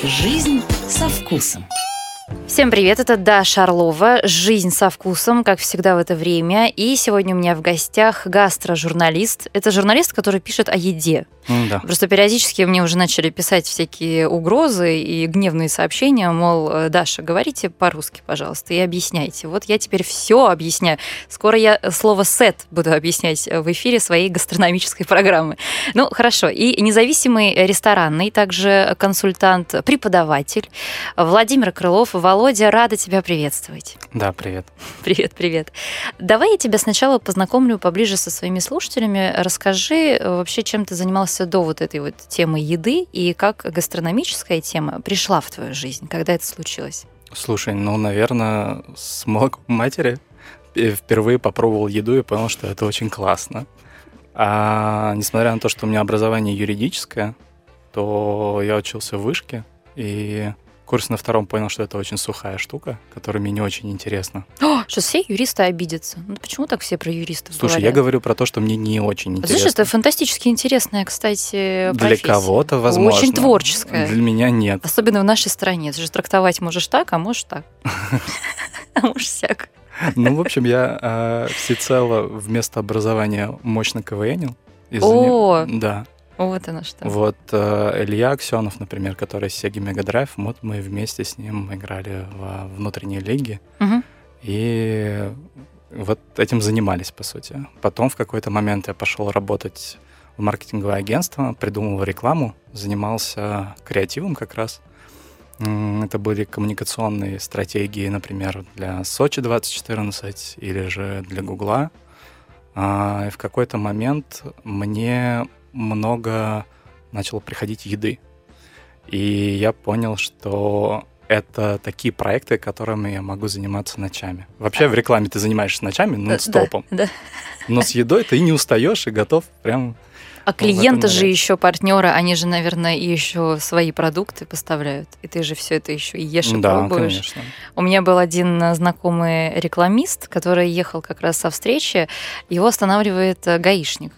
Жизнь со вкусом. Всем привет, это Даша Орлова, «Жизнь со вкусом», как всегда в это время. И сегодня у меня в гостях гастрожурналист. Это журналист, который пишет о еде. Да. Просто периодически мне уже начали писать всякие угрозы и гневные сообщения, мол, Даша, говорите по-русски, пожалуйста, и объясняйте. Вот я теперь все объясняю. Скоро я слово «сет» буду объяснять в эфире своей гастрономической программы. Ну, хорошо. И независимый ресторанный, также консультант, преподаватель Владимир Крылов. Володя, рада тебя приветствовать. Да, привет. Привет. Давай я тебя сначала познакомлю поближе со своими слушателями. Расскажи вообще, чем ты занимался до вот этой вот темы еды и как гастрономическая тема пришла в твою жизнь, когда это случилось? Слушай, наверное, с молоком матери впервые попробовал еду и понял, что это очень классно. А несмотря на то, что у меня образование юридическое, то я учился в вышке, и курс на втором понял, что это очень сухая штука, которая мне не очень интересна. Что все юристы обидятся. Ну, почему так все про юристов Слушай, говорят? я говорю про то, что мне не очень интересно. Слушай, это фантастически интересная, кстати, профессия. Для кого-то, возможно. Очень творческая. Для меня нет. Особенно в нашей стране. Ты же трактовать можешь так, а можешь так. А можешь всяк. Ну, в общем, я всецело вместо образования мощно КВНил. О! Да. Вот оно что. Вот Илья Аксенов, например, который из Sega Mega Drive, вот мы вместе с ним играли во внутренней лиге. Угу. И вот этим занимались, по сути. Потом в какой-то момент я пошел работать в маркетинговое агентство, придумывал рекламу, занимался креативом как раз. Это были коммуникационные стратегии, например, для Сочи 2014 или же для Гугла. И в какой-то момент мне много начало приходить еды. И я понял, что это такие проекты, которыми я могу заниматься ночами. Вообще в рекламе ты занимаешься ночами нон-стопом. Да. Но с едой ты не устаешь и готов прям... А клиенты же еще партнеры, они же, наверное, и еще свои продукты поставляют. И ты же все это еще и ешь, и да, пробуешь. Конечно. У меня был один знакомый рекламист, который ехал как раз со встречи, его останавливает гаишник.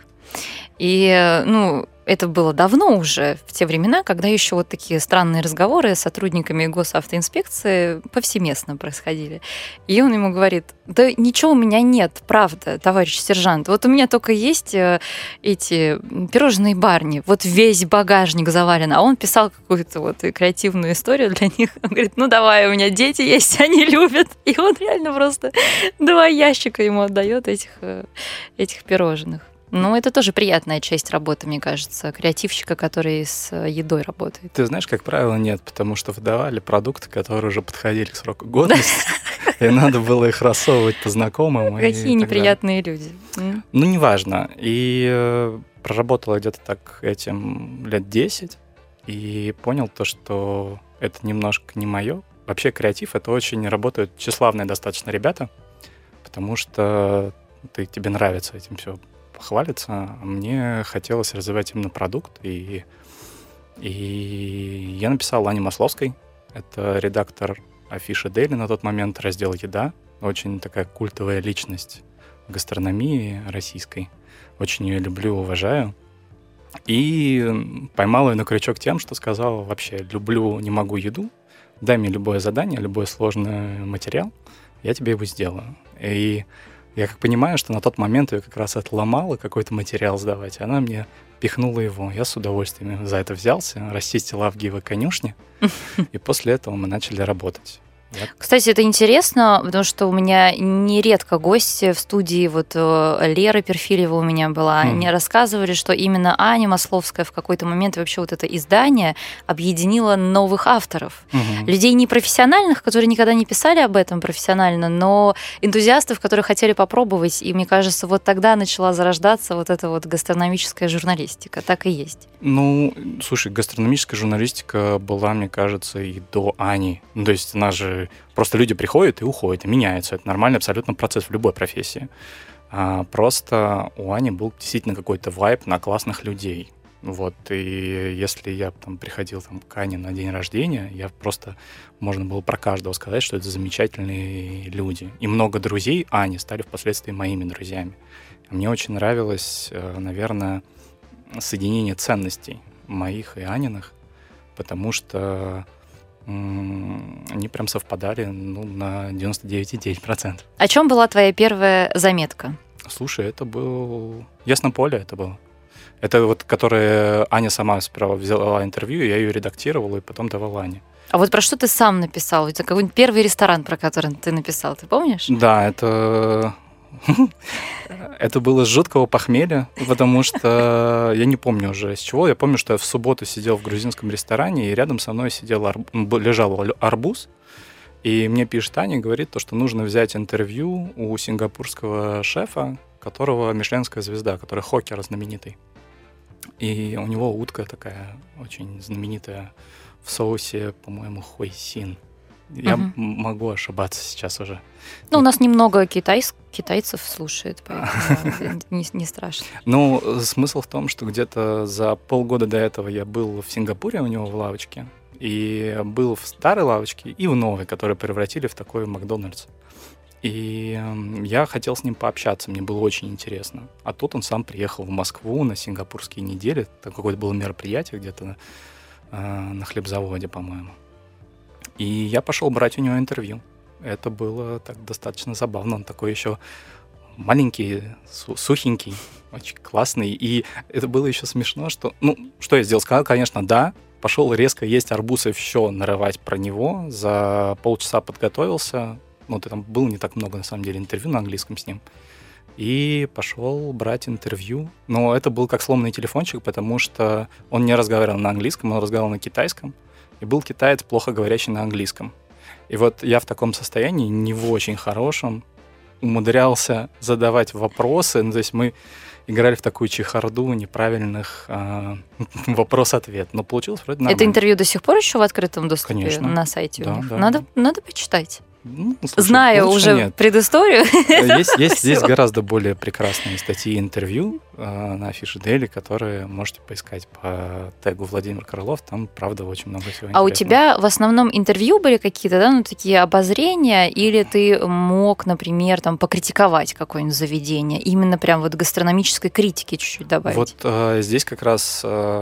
И, это было давно уже, в те времена, когда еще вот такие странные разговоры с сотрудниками госавтоинспекции повсеместно происходили. И он ему говорит: да ничего у меня нет, правда, товарищ сержант. Вот у меня только есть эти пирожные барни, вот весь багажник завален. А он писал какую-то вот креативную историю для них. Он говорит: ну давай, у меня дети есть, они любят. И он реально просто 2 ящика ему отдает этих пирожных. Ну, это тоже приятная часть работы, мне кажется, креативщика, который с едой работает. Ты знаешь, как правило, нет, потому что выдавали продукты, которые уже подходили к сроку годности, и надо было их рассовывать по знакомым. Какие неприятные люди. Ну, неважно. И проработал я где-то так этим лет 10, и понял то, что это немножко не мое. Вообще креатив — это очень работают тщеславные достаточно ребята, потому что тебе нравится этим все хвалится, а мне хотелось развивать именно продукт, и я написал Ане Масловской, это редактор афиши Daily на тот момент, раздел «Еда», очень такая культовая личность в гастрономии российской, очень ее люблю, уважаю, и поймал ее на крючок тем, что сказал: вообще, люблю, не могу еду, дай мне любое задание, любой сложный материал, я тебе его сделаю. И я как понимаю, что на тот момент ее как раз отломало какой-то материал сдавать, и она мне пихнула его. Я с удовольствием за это взялся, расчистил Авгиевы конюшни, и после этого мы начали работать. Кстати, это интересно, потому что у меня нередко гости в студии, вот Лера Перфильева у меня была, они рассказывали, что именно Аня Масловская в какой-то момент вообще вот это издание объединило новых авторов. Людей непрофессиональных, которые никогда не писали об этом профессионально, но энтузиастов, которые хотели попробовать. И мне кажется, вот тогда начала зарождаться вот эта вот гастрономическая журналистика. Так и есть. Ну, слушай, гастрономическая журналистика была, мне кажется, и до Ани. Ну, то есть она же просто люди приходят и уходят, и меняются. Это нормальный абсолютно процесс в любой профессии. Просто у Ани был действительно какой-то вайб на классных людей. Вот, и если я там приходил к Ане на день рождения, я просто, можно было про каждого сказать, что это замечательные люди. И много друзей Ани стали впоследствии моими друзьями. Мне очень нравилось, наверное, соединение ценностей моих и Аниных, потому что они прям совпадали на 99,9%. О чем была твоя первая заметка? Слушай, это был Яснополе, это было. Это вот, которая Аня сама сперва взяла интервью, я ее редактировал и потом давал Ане. А вот про что ты сам написал? Это какой-нибудь первый ресторан, про который ты написал, ты помнишь? Да, это было с жуткого похмелья, потому что я не помню уже с чего. Я помню, что я в субботу сидел в грузинском ресторане, и рядом со мной лежал арбуз, и мне пишет Аня и говорит, что нужно взять интервью у сингапурского шефа, которого мишленская звезда, который хокер знаменитый. И у него утка такая очень знаменитая в соусе, по-моему, хойсин. Я могу ошибаться сейчас уже. У нас немного китайцев слушает, поэтому не страшно. Смысл в том, что где-то за полгода до этого я был в Сингапуре у него в лавочке, и был в старой лавочке и в новой, которую превратили в такой Макдональдс. И я хотел с ним пообщаться, мне было очень интересно. А тут он сам приехал в Москву на сингапурские недели. Там какое-то было мероприятие где-то на хлебзаводе, по-моему. И я пошел брать у него интервью. Это было так достаточно забавно. Он такой еще маленький, сухенький, очень классный. И это было еще смешно, что... что я сделал? Сказал, конечно, да. Пошел резко есть арбуз и все нарывать про него. За полчаса подготовился. Там было не так много, на самом деле, интервью на английском с ним. И пошел брать интервью. Но это был как сломанный телефончик, потому что он не разговаривал на английском, он разговаривал на китайском. И был китаец, плохо говорящий на английском. И вот я в таком состоянии, не в очень хорошем, умудрялся задавать вопросы. То есть мы играли в такую чехарду неправильных вопрос-ответ. Но получилось вроде нормально. Это интервью до сих пор еще в открытом доступе? Конечно. На сайте у них? Да. Надо почитать. Слушай, Зная уже нет. предысторию. Есть здесь гораздо более прекрасные статьи и интервью на Афише Дейли, которые можете поискать по тегу Владимир Крылов. Там, правда, очень много всего интересного. А у тебя в основном интервью были какие-то, да, такие обозрения, или ты мог, например, покритиковать какое-нибудь заведение, именно прям вот гастрономической критики чуть-чуть добавить? Вот здесь как раз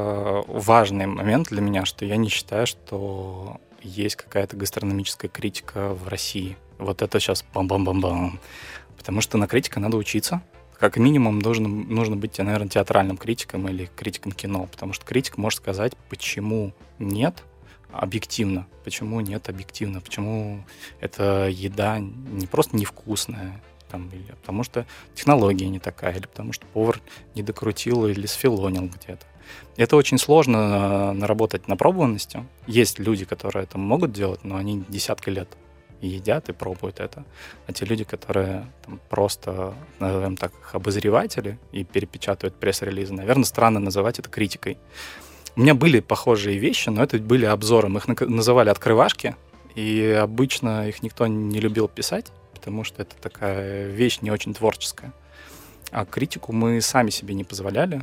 важный момент для меня, что я не считаю, что есть какая-то гастрономическая критика в России. Вот это сейчас бам-бам-бам-бам. Потому что на критика надо учиться. Как минимум нужно быть, наверное, театральным критиком или критиком кино, потому что критик может сказать, почему нет объективно, почему нет объективно, почему эта еда не просто невкусная, или потому что технология не такая, или потому что повар не докрутил или сфилонил где-то. Это очень сложно наработать напробованностью. Есть люди, которые это могут делать, но они десятки лет едят и пробуют это. А те люди, которые просто, назовем так, обозреватели и перепечатывают пресс-релизы, наверное, странно называть это критикой. У меня были похожие вещи, но это были обзоры. Мы их называли открывашки, и обычно их никто не любил писать, потому что это такая вещь не очень творческая. А критику мы сами себе не позволяли.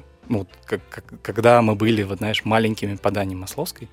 Когда мы были, маленькими по Дане Масловской.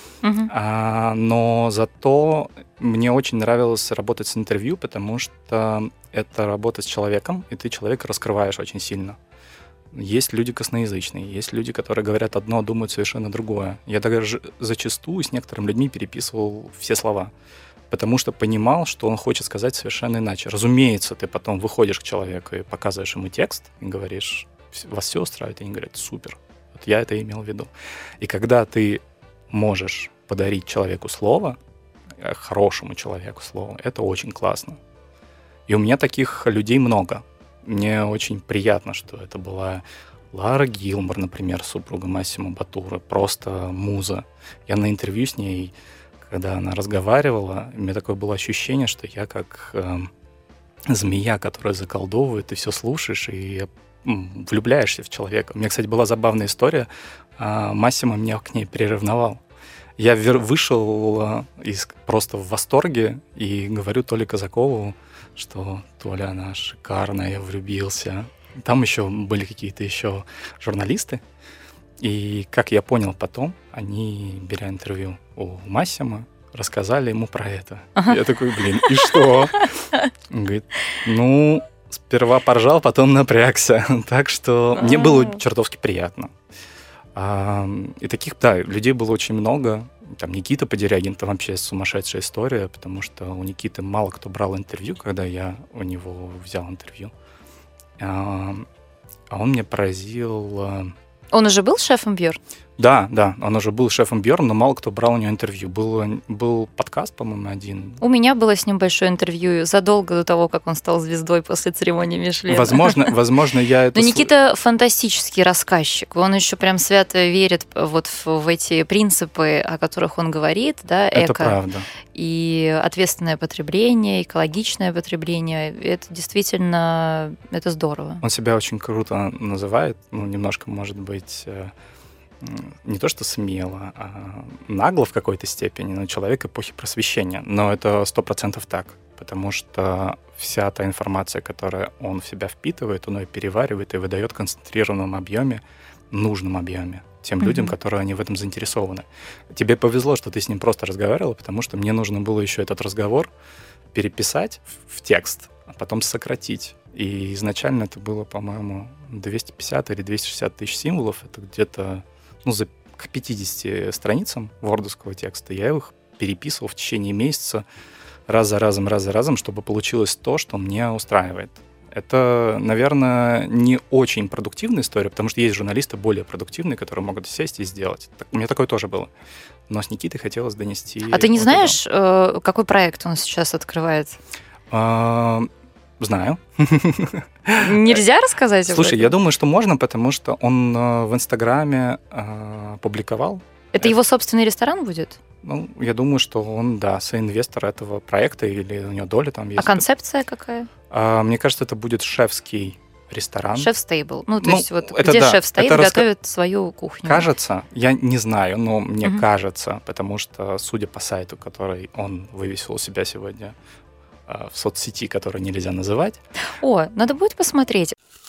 Но зато мне очень нравилось работать с интервью, потому что это работа с человеком, и ты человека раскрываешь очень сильно. Есть люди косноязычные, есть люди, которые говорят одно, а думают совершенно другое. Я даже зачастую с некоторыми людьми переписывал все слова, потому что понимал, что он хочет сказать совершенно иначе. Разумеется, ты потом выходишь к человеку и показываешь ему текст и говоришь: вас все устраивает? И они говорят: супер. Вот я это имел в виду. И когда ты можешь подарить человеку слово, хорошему человеку слово, это очень классно. И у меня таких людей много. Мне очень приятно, что это была Лара Гилмор, например, супруга Массимо Батуры, просто муза. Я на интервью с ней, когда она разговаривала, у меня такое было ощущение, что я как змея, которая заколдовывает, ты все слушаешь и влюбляешься в человека. У меня, кстати, была забавная история. Массимо меня к ней приревновал. Я вышел просто в восторге и говорю Толе Казакову, что Толя, она шикарная, я влюбился. Там еще были какие-то еще журналисты. И как я понял потом, они, беря интервью у Массимо, рассказали ему про это. Я такой: блин, и что? Он говорит: сперва поржал, потом напрягся. Так что мне было чертовски приятно. И таких, людей было очень много. Там Никита Подерягин, это вообще сумасшедшая история, потому что у Никиты мало кто брал интервью, когда я у него взял интервью. А он меня поразил... Он уже был шефом Бьорн? Да, он уже был шефом Бьорн, но мало кто брал у него интервью. Был подкаст, по-моему, один. У меня было с ним большое интервью задолго до того, как он стал звездой после церемонии Мишлена. Возможно, я это... Но Никита фантастический рассказчик. Он еще прям свято верит вот в эти принципы, о которых он говорит, да, Это правда. И ответственное потребление, экологичное потребление. Это действительно, это здорово. Он себя очень круто называет, немножко, может быть... не то что смело, а нагло в какой-то степени, но человек эпохи Просвещения. Но это 100% так, потому что вся та информация, которую он в себя впитывает, он ее переваривает и выдает в концентрированном объеме, нужном объеме тем людям, которые они в этом заинтересованы. Тебе повезло, что ты с ним просто разговаривала, потому что мне нужно было еще этот разговор переписать в текст, а потом сократить. И изначально это было, по-моему, 250 или 260 тысяч символов. Это где-то к 50 страницам вордовского текста. Я их переписывал в течение месяца раз за разом, чтобы получилось то, что мне устраивает. Это, наверное, не очень продуктивная история, потому что есть журналисты более продуктивные, которые могут сесть и сделать. У меня такое тоже было. Но с Никитой хотелось донести... А ты не знаешь, какой проект он сейчас открывает? Знаю. Нельзя рассказать об этом? Слушай, я думаю, что можно, потому что он в Инстаграме публиковал. Это его собственный ресторан будет? Я думаю, что он, соинвестор этого проекта, или у него доля там есть. А концепция какая? Мне кажется, это будет шефский ресторан. Шеф-стейбл. То есть где шеф стоит, готовит свою кухню. Кажется, я не знаю, но мне кажется, потому что, судя по сайту, который он вывесил у себя сегодня в соцсети, которую нельзя называть. Надо будет посмотреть.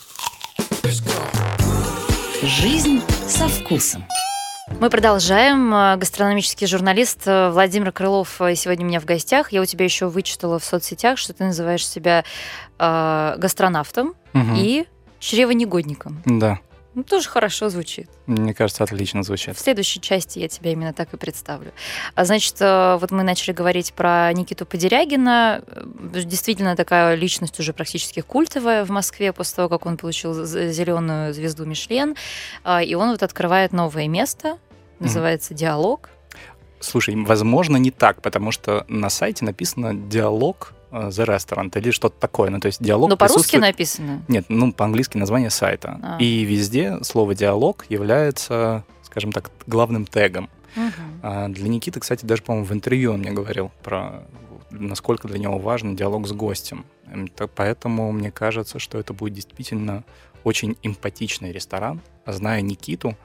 Жизнь со вкусом. Мы продолжаем. Гастрономический журналист Владимир Крылов сегодня у меня в гостях. Я у тебя еще вычитала в соцсетях, что ты называешь себя гастронавтом и чревонегодником. Да. Тоже хорошо звучит. Мне кажется, отлично звучит. В следующей части я тебя именно так и представлю. Значит, вот мы начали говорить про Никиту Подерягина. Действительно такая личность уже практически культовая в Москве после того, как он получил зеленую звезду Мишлен. И он открывает новое место, называется «Диалог». Слушай, возможно, не так, потому что на сайте написано «Диалог The Restaurant» или что-то такое. То есть диалог. Но по-русски написано? Нет, по-английски название сайта. И везде слово «диалог» является, скажем так, главным тегом. Для Никиты, кстати, даже, по-моему, в интервью он мне говорил про насколько для него важен диалог с гостем. Поэтому мне кажется, что это будет действительно очень эмпатичный ресторан. Зная Никиту,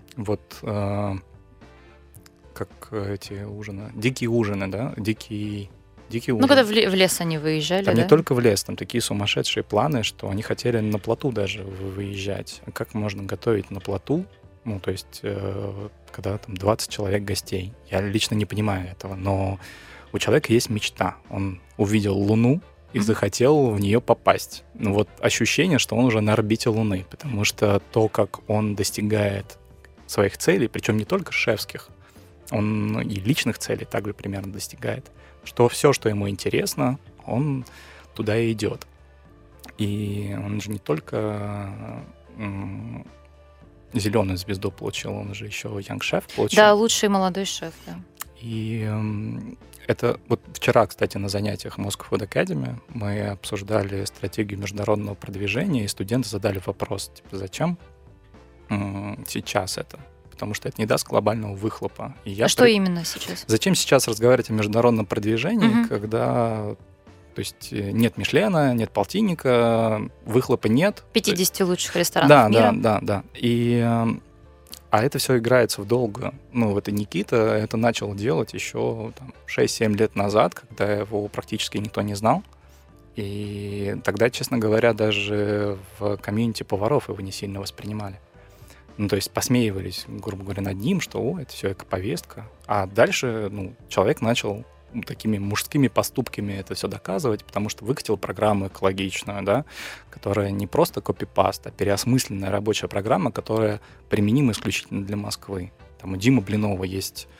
как эти ужины, дикие ужины, да, дикие ужины. Когда в лес они выезжали, там не только в лес, там такие сумасшедшие планы, что они хотели на плоту даже выезжать. А как можно готовить на плоту? То есть, когда там 20 человек гостей. Я лично не понимаю этого, но у человека есть мечта. Он увидел Луну и захотел в нее попасть. Ощущение, что он уже на орбите Луны, потому что то, как он достигает своих целей, причем не только шефских, он и личных целей также примерно достигает, что все, что ему интересно, он туда и идет. И он же не только зеленую звезду получил, он же еще Young Chef получил. Да, лучший молодой шеф, да. И это вчера, кстати, на занятиях Moscow Food Academy мы обсуждали стратегию международного продвижения, и студенты задали вопрос, зачем сейчас это? Потому что это не даст глобального выхлопа. Что именно сейчас? Зачем сейчас разговаривать о международном продвижении, когда нет Мишлена, нет полтинника, выхлопа нет? 50 лучших ресторанов мира. Да. А это все играется в долгую. Это Никита это начал делать еще 6-7 лет назад, когда его практически никто не знал. И тогда, честно говоря, даже в комьюнити поваров его не сильно воспринимали. То есть посмеивались, грубо говоря, над ним, что это все эко-повестка. А дальше человек начал такими мужскими поступками это все доказывать, потому что выкатил программу экологичную, да, которая не просто копипаст, а переосмысленная рабочая программа, которая применима исключительно для Москвы. Там у Димы Блинова есть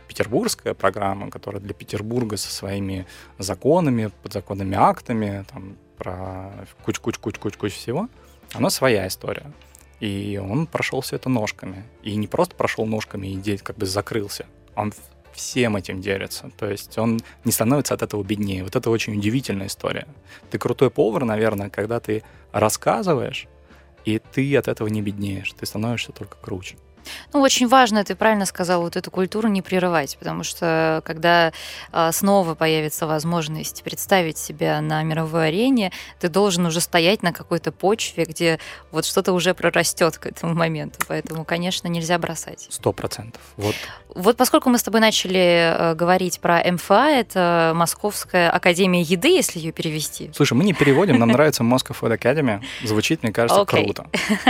петербургская программа, которая для Петербурга со своими законами, подзаконными актами, там, про куч всего, она своя история. И он прошел все это ножками. И не просто прошел ножками и как бы закрылся. Он всем этим делится. То есть он не становится от этого беднее. Вот это очень удивительная история. Ты крутой повар, наверное, когда ты рассказываешь, и ты от этого не беднеешь. Ты становишься только круче. Ну, очень важно, ты правильно сказал, вот эту культуру не прерывать, потому что когда снова появится возможность представить себя на мировой арене, ты должен уже стоять на какой-то почве, где вот что-то уже прорастет к этому моменту. Поэтому, конечно, нельзя бросать. 100%. Вот поскольку мы с тобой начали говорить про МФА, это Московская академия еды, если ее перевести. Слушай, мы не переводим, нам нравится Moscow Food Academy. Звучит, мне кажется, круто.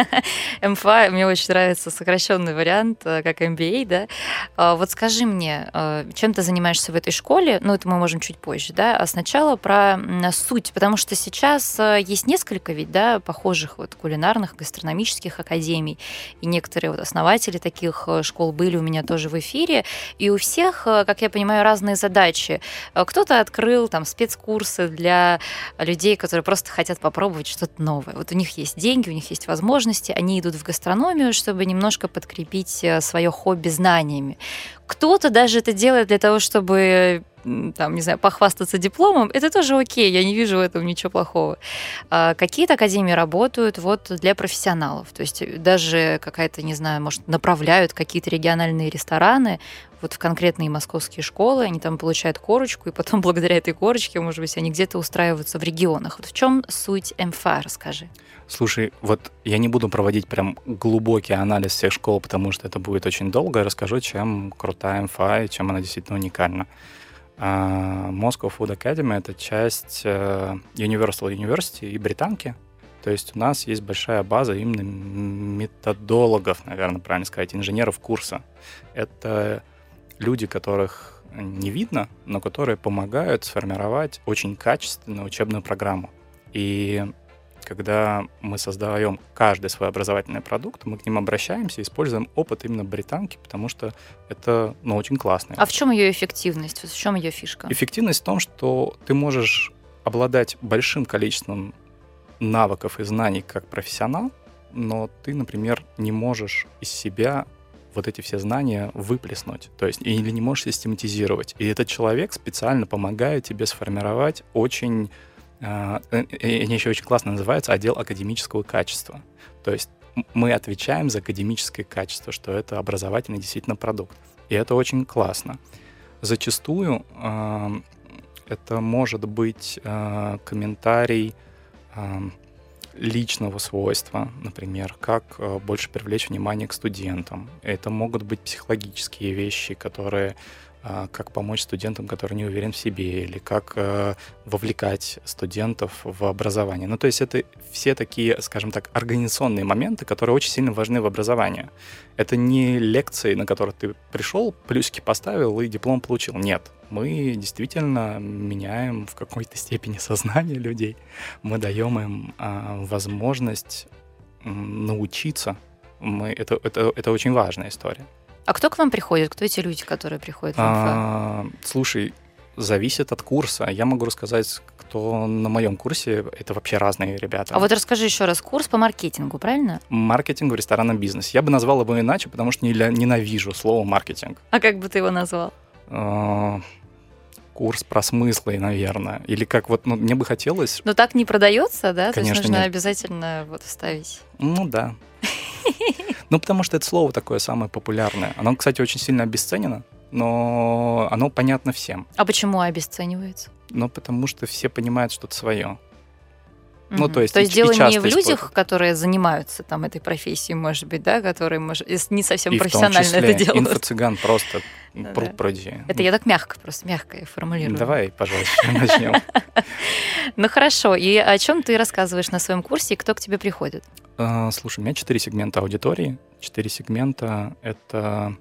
МФА, мне очень нравится сокращенный вариант, как MBA, да. Вот скажи мне, чем ты занимаешься в этой школе? Ну, это мы можем чуть позже, да. А сначала про суть, потому что сейчас есть несколько ведь, да, похожих вот кулинарных, гастрономических академий, и некоторые вот основатели таких школ были у меня тоже в эфире, и у всех, как я понимаю, разные задачи. Кто-то открыл там спецкурсы для людей, которые просто хотят попробовать что-то новое. Вот у них есть деньги, у них есть возможности, они идут в гастрономию, чтобы немножко подкрепить свое хобби знаниями. Кто-то даже это делает для того, чтобы, там, не знаю, похвастаться дипломом. Это тоже окей, я не вижу в этом ничего плохого. Какие-то академии работают вот для профессионалов. То есть даже какая-то, не знаю, может, направляют какие-то региональные рестораны вот в конкретные московские школы, они там получают корочку, и потом благодаря этой корочке, может быть, они где-то устраиваются в регионах. Вот в чем суть МФА, расскажи. Слушай, вот я не буду проводить прям глубокий анализ всех школ, потому что это будет очень долго. Я расскажу, чем крутая МФА и чем она действительно уникальна. Moscow Food Academy — это часть Universal University и британки. То есть у нас есть большая база именно методологов, наверное, правильно сказать, инженеров курса. Это люди, которых не видно, но которые помогают сформировать очень качественную учебную программу. И когда мы создаем каждый свой образовательный продукт, мы к ним обращаемся, используем опыт именно британки, потому что это, очень классно. А в чем ее эффективность? В чем ее фишка? Эффективность в том, что ты можешь обладать большим количеством навыков и знаний как профессионал, но ты, например, не можешь из себя вот эти все знания выплеснуть, то есть или не можешь систематизировать. И этот человек специально помогает тебе сформировать очень... Они еще очень классно называются отдел академического качества. То есть мы отвечаем за академическое качество, что это образовательный действительно продукт. И это очень классно. Зачастую это может быть комментарий личного свойства, например, как больше привлечь внимание к студентам. Это могут быть психологические вещи, которые как помочь студентам, которые не уверены в себе, или как вовлекать студентов в образование. Ну, то есть это все такие, скажем так, организационные моменты, которые очень сильно важны в образовании. Это не лекции, на которые ты пришел, плюсики поставил и диплом получил. Нет, мы действительно меняем в какой-то степени сознание людей. Мы даем им возможность научиться. Это очень важная история. А кто к вам приходит? Кто эти люди, которые приходят в МФА? Слушай, зависит от курса. Я могу рассказать, кто на моем курсе. Это вообще разные ребята. А вот расскажи еще раз. Курс по маркетингу, правильно? Маркетинг в ресторанном бизнесе. Я бы назвал его иначе, потому что ненавижу слово маркетинг. А как бы ты его назвал? Курс про смыслы, наверное. Или как вот, мне бы хотелось... Но так не продается, да? Конечно, то есть нужно нет. обязательно вот вставить. Да. Потому что это слово такое самое популярное. Оно, кстати, очень сильно обесценено, но оно понятно всем. А почему обесценивается? Потому что все понимают что-то свое. То есть дело не в людях, которые занимаются там этой профессией, может быть, да, которые не совсем профессионально это делают. Инфо-цыган просто пруд-пруди. Это я так мягко я формулирую. Давай, пожалуйста, начнем. Ну хорошо, и о чем ты рассказываешь на своем курсе, и кто к тебе приходит? Слушай, у меня 4 сегмента аудитории. 4 сегмента — это...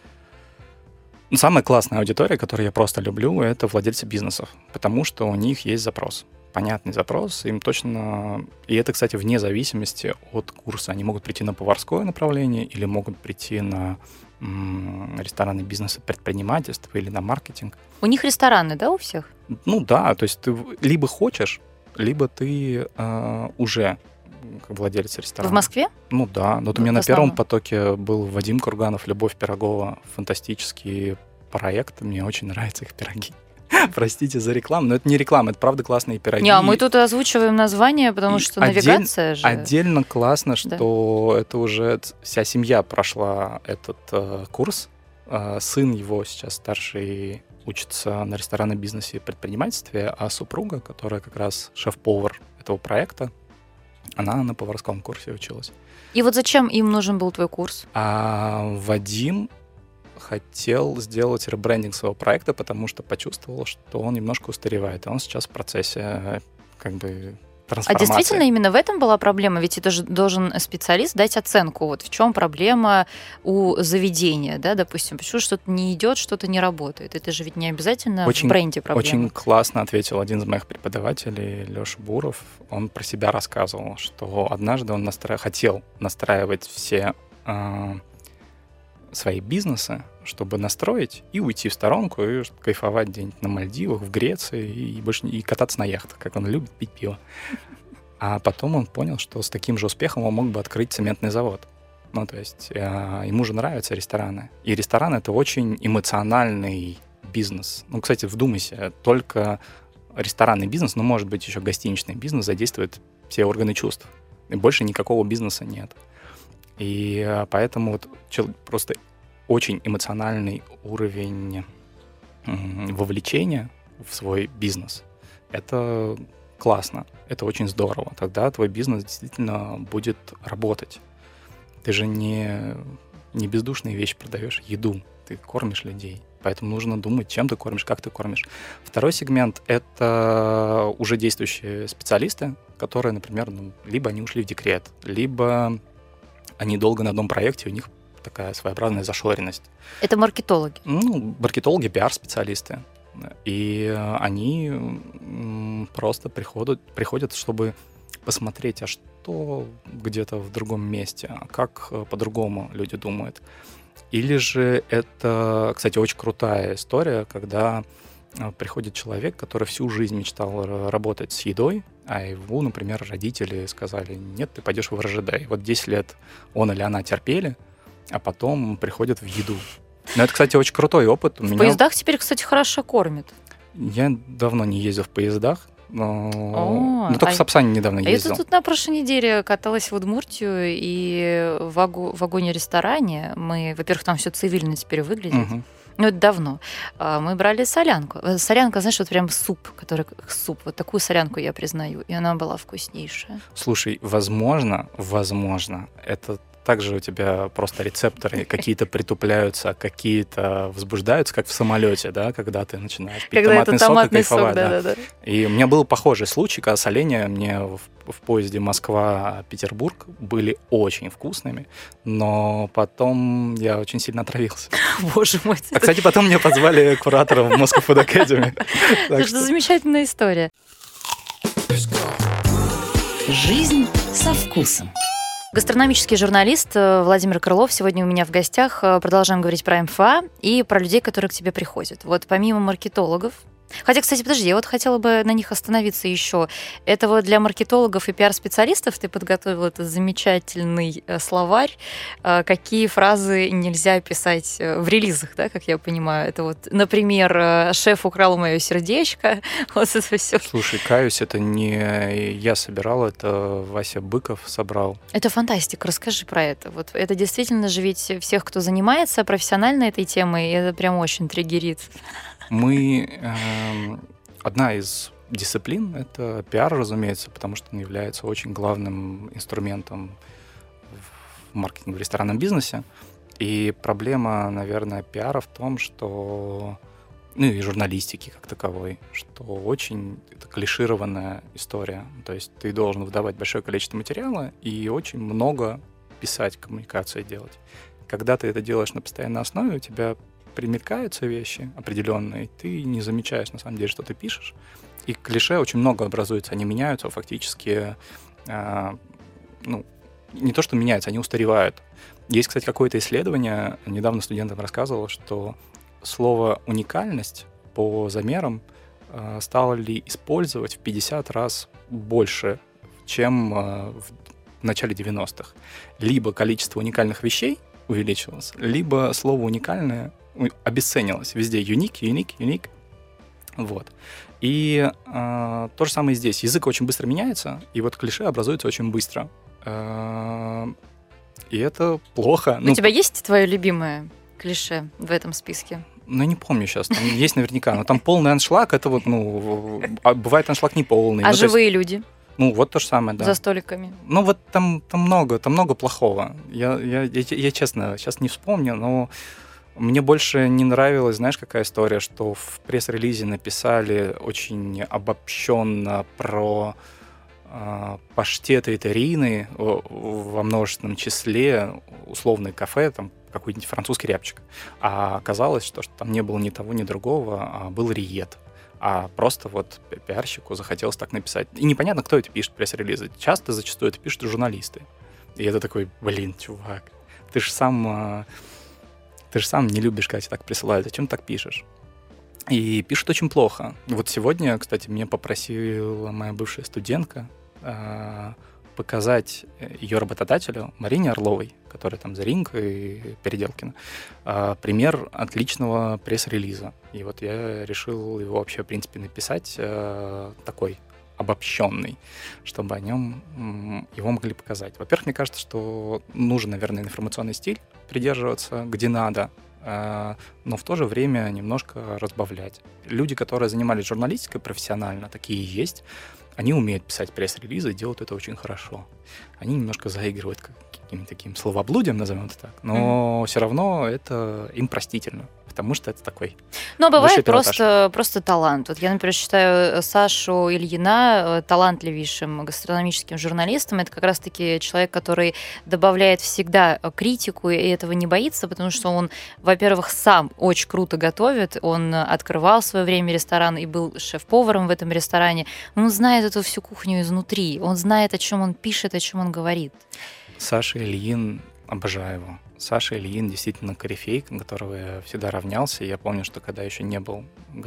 Самая классная аудитория, которую я просто люблю, это владельцы бизнесов, потому что у них есть запрос. Понятный запрос, им точно... И это, кстати, вне зависимости от курса. Они могут прийти на поварское направление или могут прийти на ресторанный бизнес и предпринимательство или на маркетинг. У них рестораны, да, у всех? Ну да, то есть ты либо хочешь, либо ты уже как владелец ресторана. В Москве? Ну да. Вот у меня на первом потоке был Вадим Курганов, Любовь Пирогова. Фантастический проект. Мне очень нравятся их пироги. Простите за рекламу, но это не реклама, это правда классные пироги. Не, мы тут озвучиваем название, потому что навигация же... Отдельно классно, что это уже вся семья прошла этот курс. Сын его сейчас старший учится на ресторанном бизнесе и предпринимательстве, а супруга, которая как раз шеф-повар этого проекта, она на поварском курсе училась. И вот зачем им нужен был твой курс? Вадим хотел сделать ребрендинг своего проекта, потому что почувствовал, что он немножко устаревает. И он сейчас в процессе как бы трансформации. А действительно именно в этом была проблема? Ведь это же должен специалист дать оценку. Вот в чем проблема у заведения, да, допустим, почему что-то не идет, что-то не работает. Это же ведь не обязательно в бренде проблема. Очень классно ответил один из моих преподавателей, Леша Буров. Он про себя рассказывал, что однажды он хотел настраивать все свои бизнесы, чтобы настроить и уйти в сторонку, и кайфовать где-нибудь на Мальдивах, в Греции, и больше и кататься на яхтах, как он любит, пить пиво. А потом он понял, что с таким же успехом он мог бы открыть цементный завод. Ну, то есть ему же нравятся рестораны. И ресторан — это очень эмоциональный бизнес. Ну, кстати, вдумайся, только ресторанный бизнес, ну, может быть, еще гостиничный бизнес задействует все органы чувств. И больше никакого бизнеса нет. И поэтому вот просто очень эмоциональный уровень вовлечения в свой бизнес. Это классно, это очень здорово. Тогда твой бизнес действительно будет работать. Ты же не бездушные вещи продаешь, еду, ты кормишь людей. Поэтому нужно думать, чем ты кормишь, как ты кормишь. Второй сегмент — это уже действующие специалисты, которые, например, либо они ушли в декрет, либо они долго на одном проекте, у них такая своеобразная зашоренность. Это маркетологи? Ну, маркетологи, пиар-специалисты. И они просто приходят, чтобы посмотреть, а что где-то в другом месте, а как по-другому люди думают. Или же это, кстати, очень крутая история, когда приходит человек, который всю жизнь мечтал работать с едой, а его, например, родители сказали: нет, ты пойдешь в РЖД. И вот 10 лет он или она терпели, а потом приходят в еду. Но это, кстати, очень крутой опыт. В поездах теперь, кстати, хорошо кормят. Я давно не ездил в поездах, но только в Сапсане недавно ездил. Я тут на прошлой неделе каталась в Удмуртию, и в вагоне-ресторане мы, во-первых, там все цивильно теперь выглядит. Угу. Ну, это давно. Мы брали солянку. Солянка, знаешь, вот прям суп, который как суп. Вот такую солянку я признаю. И она была вкуснейшая. Слушай, возможно, это также у тебя просто рецепторы какие-то притупляются, какие-то возбуждаются, как в самолете, да, когда ты начинаешь пить томатный сок и кайфовать. Да. И у меня был похожий случай, когда соленья мне в поезде Москва-Петербург были очень вкусными, но потом я очень сильно отравился. Боже мой. А, кстати, потом меня позвали куратором в Moscow Food Academy. Это же замечательная история. Жизнь со вкусом. Гастрономический журналист Владимир Крылов сегодня у меня в гостях. Продолжаем говорить про МФА и про людей, которые к тебе приходят. Вот помимо маркетологов, хотя, кстати, подожди, я вот хотела бы на них остановиться еще. Это вот для маркетологов и пиар-специалистов ты подготовил этот замечательный словарь, какие фразы нельзя писать в релизах, да, как я понимаю. Это вот, например, «Шеф украл мое сердечко». Вот это все. Слушай, каюсь, это не я собирал, это Вася Быков собрал. Это фантастика, расскажи про это. Вот это действительно же ведь всех, кто занимается профессионально этой темой, это прям очень триггерит. Одна из дисциплин — это пиар, разумеется, потому что он является очень главным инструментом в маркетинге, в ресторанном бизнесе. И проблема, наверное, пиара в том, что... Ну и журналистики как таковой, что очень это клишированная история. То есть ты должен выдавать большое количество материала и очень много писать, коммуникацию делать. Когда ты это делаешь на постоянной основе, у тебя примелькаются вещи определенные, ты не замечаешь, на самом деле, что ты пишешь. И клише очень много образуется, они меняются фактически не то что меняются, они устаревают. Есть, кстати, какое-то исследование, недавно студентам рассказывал, что слово «уникальность» по замерам стали использовать в 50 раз больше, чем в начале 90-х. Либо количество уникальных вещей увеличилось, либо слово «уникальное» обесценилось. Везде unique. Вот. И то же самое здесь. Язык очень быстро меняется, и вот клише образуется очень быстро. И это плохо. У тебя есть твое любимое клише в этом списке? Ну, не помню сейчас. Там есть наверняка. Но там полный аншлаг, это вот, бывает аншлаг неполный. А живые люди? Ну, вот то же самое, да. За столиками? Ну, вот там много плохого. Я честно сейчас не вспомню, но мне больше не нравилась, знаешь, какая история, что в пресс-релизе написали очень обобщенно про паштеты и террины во множественном числе, условное кафе, там какой-нибудь французский рябчик. А оказалось, что там не было ни того, ни другого, а был риет. А просто вот пиарщику захотелось так написать. И непонятно, кто это пишет, пресс-релизы. Зачастую это пишут журналисты. И это такой, чувак, ты же сам не любишь, когда тебе так присылают. Зачем ты так пишешь? И пишут очень плохо. Вот сегодня, кстати, меня попросила моя бывшая студентка показать ее работодателю Марине Орловой, которая там Заринг и Переделкина, пример отличного пресс-релиза. И вот я решил его вообще, в принципе, написать такой обобщенный, чтобы о нем его могли показать. Во-первых, мне кажется, что нужен, наверное, информационный стиль придерживаться, где надо, но в то же время немножко разбавлять. Люди, которые занимались журналистикой профессионально, такие есть, они умеют писать пресс-релизы и делают это очень хорошо. Они немножко заигрывают каким-то таким словоблудием, назовем это так, но все равно это им простительно, потому что это такой. Но бывает просто талант. Вот я, например, считаю Сашу Ильина талантливейшим гастрономическим журналистом. Это как раз-таки человек, который добавляет всегда критику и этого не боится, потому что он, во-первых, сам очень круто готовит. Он открывал в свое время ресторан и был шеф-поваром в этом ресторане. Он знает эту всю кухню изнутри. Он знает, о чем он пишет, о чем он говорит. Саша Ильин, обожаю его. Саша Ильин действительно корифей, на которого я всегда равнялся. Я помню, что когда еще не был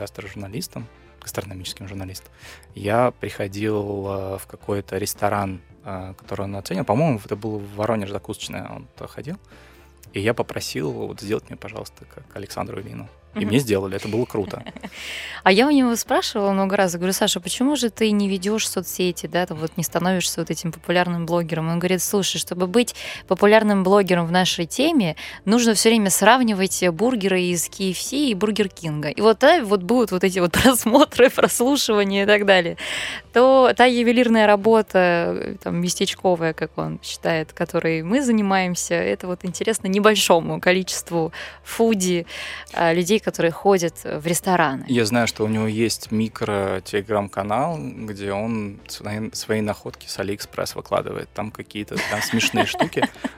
гастрономическим журналистом, я приходил в какой-то ресторан, который он оценил. По-моему, это был в Воронеж закусочная, он туда ходил. И я попросил вот сделать мне, пожалуйста, как Александру Ильину. И мне сделали, это было круто. А я у него спрашивала много раз, говорю, Саша, почему же ты не ведешь соцсети, да, ты вот не становишься вот этим популярным блогером? Он говорит, слушай, чтобы быть популярным блогером в нашей теме, нужно все время сравнивать бургеры из KFC и Бургер Кинга. И вот будут вот эти вот просмотры, прослушивания и так далее. То та ювелирная работа, там, местечковая, как он считает, которой мы занимаемся, это вот интересно небольшому количеству фуди, людей, которые ходят в рестораны. Я знаю, что у него есть микро-телеграм-канал, где он свои находки с Алиэкспресс выкладывает. Там какие-то там смешные штуки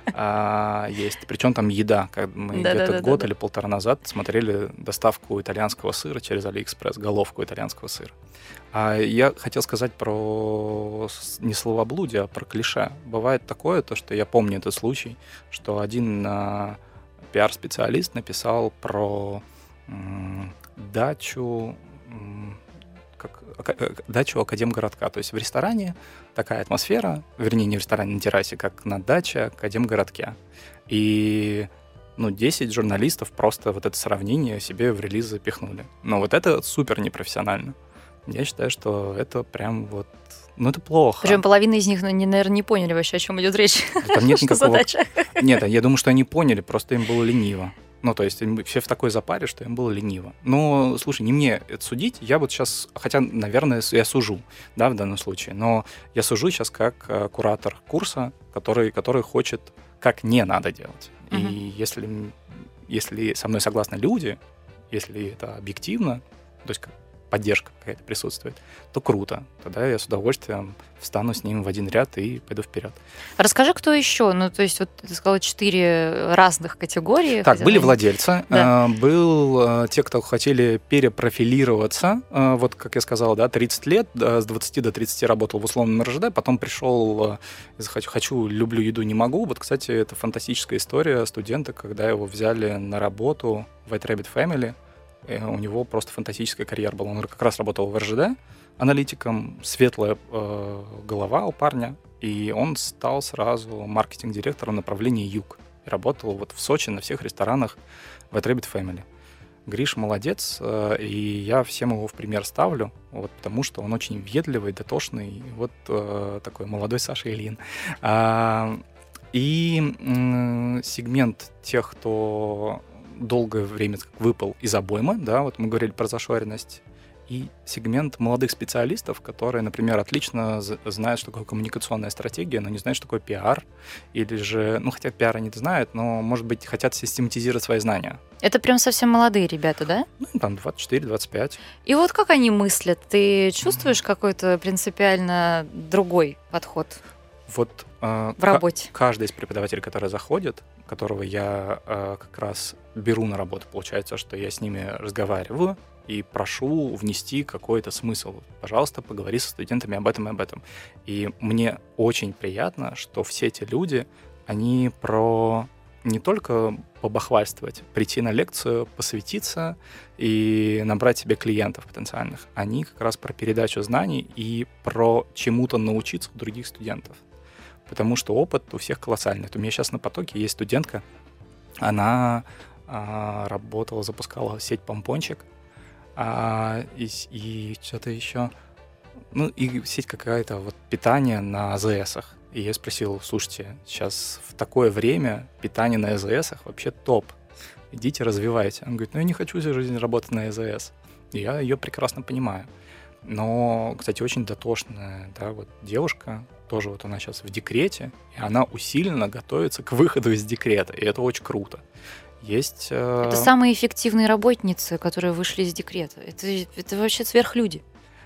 есть. Причем там еда. Мы где-то год или полтора назад смотрели доставку итальянского сыра через Алиэкспресс, головку итальянского сыра. Я хотел сказать про не словоблудие, а про клише. Бывает такое, то, что я помню этот случай, что один пиар-специалист написал про дачу Академгородка. То есть в ресторане такая атмосфера, вернее, не в ресторане, на террасе, как на даче Академгородке. И 10 журналистов просто вот это сравнение себе в релиз запихнули. Но вот это супер непрофессионально. Я считаю, что это прям вот... это плохо. Причем половина из них, наверное, не поняли вообще, о чем идет речь. Там нет никакого... задача. Нет, я думаю, что они поняли, просто им было лениво. То есть все в такой запаре, что им было лениво. Но, слушай, не мне это судить. Я вот сейчас, хотя, наверное, я сужу, да, в данном случае, но я сужу сейчас как куратор курса, который хочет, как не надо делать. И если со мной согласны люди, если это объективно, то есть поддержка какая-то присутствует, то круто. Тогда я с удовольствием встану с ним в один ряд и пойду вперед. Расскажи, кто еще? Ну, то есть, вот ты сказала 4 разных категории. Так, были владельцы, Да. был те, кто хотели перепрофилироваться. Вот, как я сказал, да, 30 лет, с 20 до 30 работал в условном РЖД, потом пришел, хочу, люблю еду, не могу. Вот, кстати, это фантастическая история студента, когда его взяли на работу в White Rabbit Family. У него просто фантастическая карьера была. Он как раз работал в РЖД аналитиком, светлая голова у парня, и он стал сразу маркетинг-директором направления Юг. И работал вот в Сочи на всех ресторанах в White Rabbit Family. Гриш молодец, и я всем его в пример ставлю, вот, потому что он очень въедливый, дотошный, вот такой молодой Саша Ильин. И сегмент тех, кто долгое время выпал из обоймы, да, вот мы говорили про зашоренность, и сегмент молодых специалистов, которые, например, отлично знают, что такое коммуникационная стратегия, но не знают, что такое пиар, или же, ну, хотя пиар они знают, но, может быть, хотят систематизировать свои знания. Это прям совсем молодые ребята, да? Ну, там 24-25. И вот как они мыслят? Ты чувствуешь какой-то принципиально другой подход Вот в работе? Каждый из преподавателей, который заходит, которого я как раз беру на работу, получается, что я с ними разговариваю и прошу внести какой-то смысл. Пожалуйста, поговори со студентами об этом и об этом. И мне очень приятно, что все эти люди, они про не только побахвальствовать, прийти на лекцию, посвятиться и набрать себе клиентов потенциальных. Они как раз про передачу знаний и про чему-то научиться у других студентов. Потому что опыт у всех колоссальный. У меня сейчас на потоке есть студентка, она работала, запускала сеть помпончик, и что-то еще, ну и сеть какая-то вот питание на АЗСах. И я спросил, слушайте, сейчас в такое время питание на АЗСах вообще топ. Идите, развивайте. Он говорит, ну я не хочу всю жизнь работать на АЗС. И я ее прекрасно понимаю. Но, кстати, очень дотошная, да, вот девушка, тоже вот она сейчас в декрете, и она усиленно готовится к выходу из декрета, и это очень круто. Есть... Это самые эффективные работницы, которые вышли из декрета. Это вообще сверхлюди.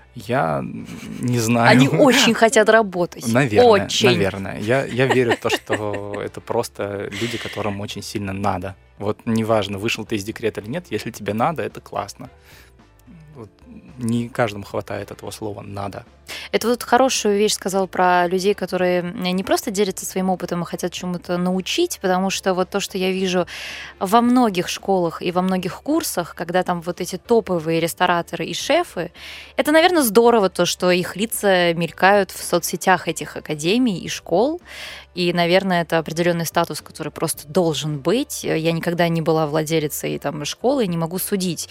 Я не знаю. Они очень хотят работать. Наверное, очень. наверное. Я верю в то, что это просто люди, которым очень сильно надо. Вот неважно, вышел ты из декрета или нет, если тебе надо, это классно. Вот не каждому хватает этого слова «надо». Это вот хорошую вещь сказал про людей, которые не просто делятся своим опытом, а хотят чему-то научить, потому что вот то, что я вижу во многих школах и во многих курсах, когда там вот эти топовые рестораторы и шефы, это, наверное, здорово, то, что их лица мелькают в соцсетях этих академий и школ, и, наверное, это определенный статус, который просто должен быть. Я никогда не была владелицей там школы, не могу судить,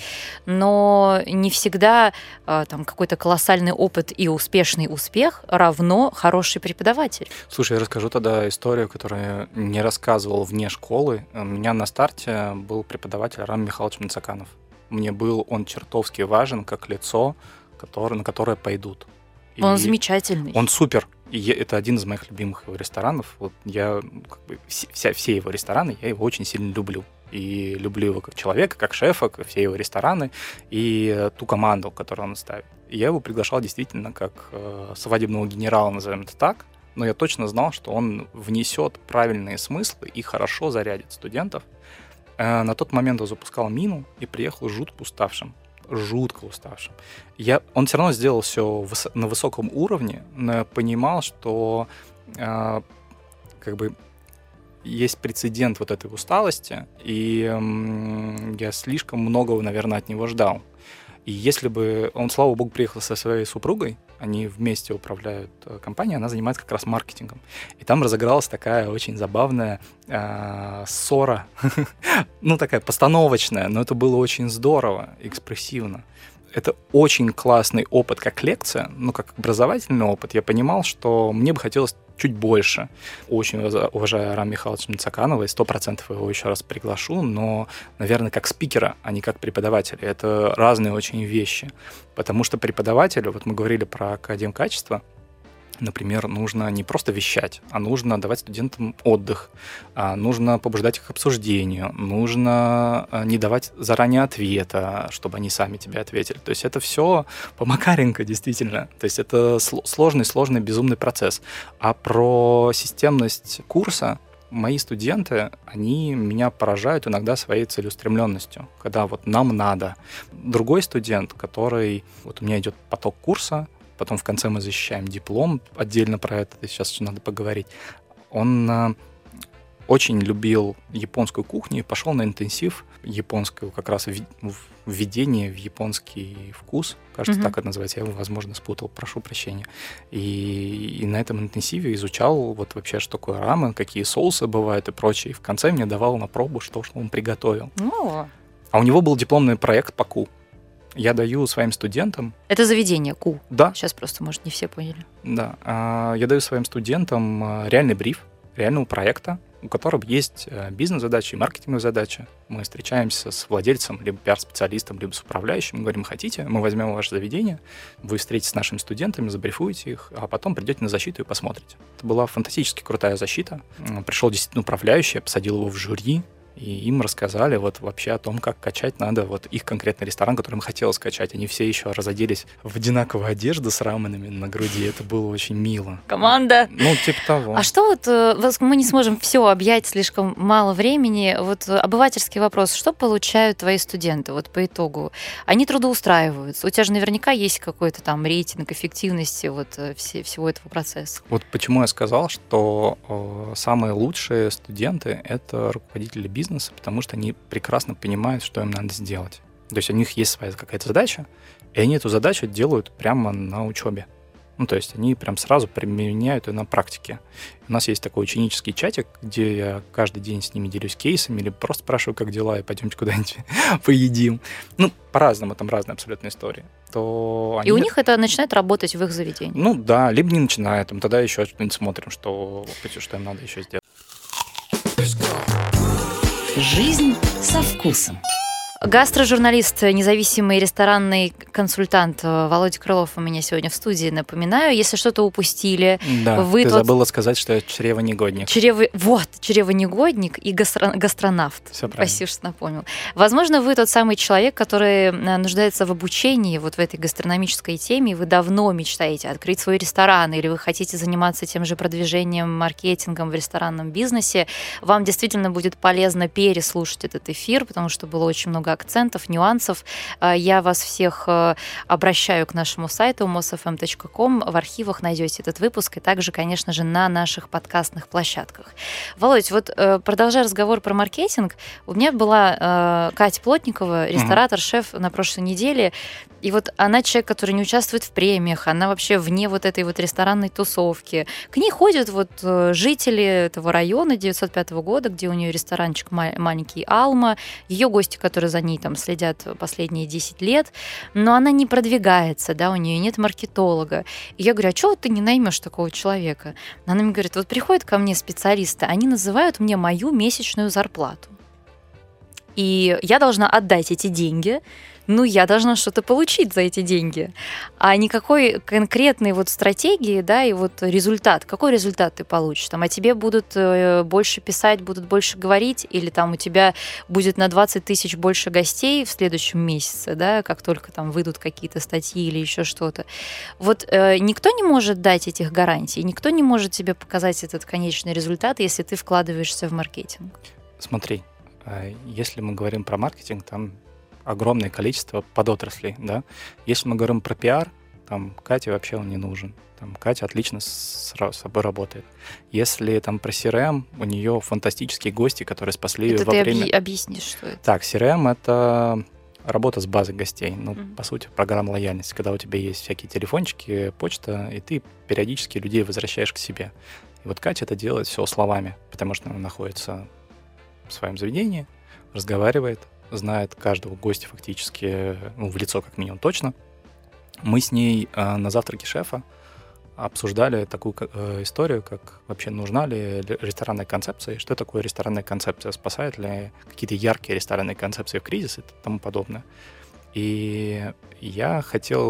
но не всегда там какой-то колоссальный опыт и успешный успех равно хороший преподаватель. Слушай, я расскажу тогда историю, которую я не рассказывал вне школы. У меня на старте был преподаватель Рам Михайлович Мицаканов. Мне был он чертовски важен как лицо, на которое пойдут. Он замечательный. Он супер. И это один из моих любимых его ресторанов. Вот я все его рестораны, я его очень сильно люблю. И люблю его как человека, как шефа, как все его рестораны и ту команду, которую он ставит. И я его приглашал действительно как свадебного генерала, назовем это так, но я точно знал, что он внесет правильные смыслы и хорошо зарядит студентов. На тот момент он запускал Мину и приехал жутко уставшим. Он все равно сделал все на высоком уровне, но я понимал, что как бы есть прецедент вот этой усталости, и я слишком многого, наверное, от него ждал. И если бы он, слава богу, приехал со своей супругой, они вместе управляют компанией, она занимается как раз маркетингом. И там разыгралась такая очень забавная ссора, ну такая постановочная, но это было очень здорово, экспрессивно. Это очень классный опыт как лекция, но как образовательный опыт я понимал, что мне бы хотелось чуть больше. Очень уважаю Рама Михайловича Мицаканова, и 100% его еще раз приглашу, но, наверное, как спикера, а не как преподавателя. Это разные очень вещи. Потому что преподавателю, вот мы говорили про академкачество, Например, нужно не просто вещать, а нужно давать студентам отдых, нужно побуждать их к обсуждению, нужно не давать заранее ответа, чтобы они сами тебе ответили. То есть это все по Макаренко, действительно. То есть это сложный, безумный процесс. А про системность курса мои студенты, они меня поражают иногда своей целеустремленностью, когда вот нам надо. Другой студент, который... Вот у меня идет поток курса, потом в конце мы защищаем диплом, отдельно про это сейчас еще надо поговорить. Он очень любил японскую кухню и пошел на интенсив японского, как раз введение в японский вкус. Кажется, так это называется. Я его, возможно, спутал, прошу прощения. И на этом интенсиве изучал вот вообще, что такое рамен, какие соусы бывают и прочее. И в конце мне давал на пробу, что он приготовил. А у него был дипломный проект по ку. Я даю своим студентам... Это заведение ку. Да. Сейчас просто, может, не все поняли. Да. Я даю своим студентам реальный бриф реального проекта, у которого есть бизнес-задача и маркетинговая задача. Мы встречаемся с владельцем, либо пиар-специалистом, либо с управляющим, мы говорим, хотите, мы возьмем ваше заведение, вы встретитесь с нашими студентами, забрифуете их, а потом придете на защиту и посмотрите. Это была фантастически крутая защита. Пришел действительно управляющий, я посадил его в жюри, и им рассказали вот вообще о том, как качать надо вот их конкретный ресторан, который им хотелось качать. Они все еще разоделись в одинаковую одежду с раменами на груди. Это было очень мило. Команда! Ну, типа того. А что вот мы не сможем все объять, слишком мало времени. Вот обывательский вопрос. Что получают твои студенты вот по итогу? Они трудоустраиваются. У тебя же наверняка есть какой-то там рейтинг эффективности вот всего этого процесса. Вот почему я сказал, что самые лучшие студенты — это руководители бизнеса, потому что они прекрасно понимают, что им надо сделать. То есть у них есть своя какая-то задача, и они эту задачу делают прямо на учебе. Ну, то есть они прям сразу применяют ее на практике. У нас есть такой ученический чатик, где я каждый день с ними делюсь кейсами или просто спрашиваю, как дела, и пойдемте куда-нибудь поедим. Ну, по-разному, там разные абсолютно истории. И у них это начинает работать в их заведении? Ну да, либо не начинает, тогда еще что-нибудь смотрим, что им надо еще сделать. Жизнь со вкусом. Гастрожурналист, независимый ресторанный консультант Володя Крылов у меня сегодня в студии. Напоминаю, если что-то упустили. Да, ты забыла сказать, что я чревонегодник. Чревонегодник и гастронавт. Все правильно. Спасибо, что напомнил. Возможно, вы тот самый человек, который нуждается в обучении вот в этой гастрономической теме, и вы давно мечтаете открыть свой ресторан, или вы хотите заниматься тем же продвижением, маркетингом в ресторанном бизнесе. Вам действительно будет полезно переслушать этот эфир, потому что было очень много акцентов, нюансов. Я вас всех обращаю к нашему сайту mosfm.com. В архивах найдете этот выпуск и также, конечно же, на наших подкастных площадках. Володь, вот продолжая разговор про маркетинг, у меня была Катя Плотникова, ресторатор, шеф на прошлой неделе, и вот она человек, который не участвует в премиях, она вообще вне вот этой вот ресторанной тусовки. К ней ходят вот жители этого района 905 года, где у нее ресторанчик маленький «Алма», ее гости, которые за ней там следят последние 10 лет, но она не продвигается, да, у нее нет маркетолога. И я говорю, а чего ты не наймешь такого человека? Она мне говорит, вот приходят ко мне специалисты, они называют мне мою месячную зарплату. И я должна отдать эти деньги, ну, я должна что-то получить за эти деньги. А никакой конкретной вот стратегии, да, и вот результат. Какой результат ты получишь? Там, а тебе будут больше писать, будут больше говорить, или там у тебя будет на 20 тысяч больше гостей в следующем месяце, да, как только там выйдут какие-то статьи или еще что-то. Вот никто не может дать этих гарантий, никто не может тебе показать этот конечный результат, если ты вкладываешься в маркетинг. Смотри, если мы говорим про маркетинг, там огромное количество подотраслей, да. Если мы говорим про пиар, там Кате вообще он не нужен. Там Катя отлично с собой работает. Если там про CRM, у нее фантастические гости, которые спасли ее во время... Это ты объяснишь, что это? Так, CRM — это работа с базой гостей. Ну, по сути, программа лояльности, когда у тебя есть всякие телефончики, почта, и ты периодически людей возвращаешь к себе. И вот Катя это делает все словами, потому что она находится в своем заведении, разговаривает, знает каждого гостя фактически, ну, в лицо как минимум точно. Мы с ней на завтраке шефа обсуждали такую историю, как вообще нужна ли ресторанная концепция, и что такое ресторанная концепция, спасает ли какие-то яркие ресторанные концепции в кризис и тому подобное. И я хотел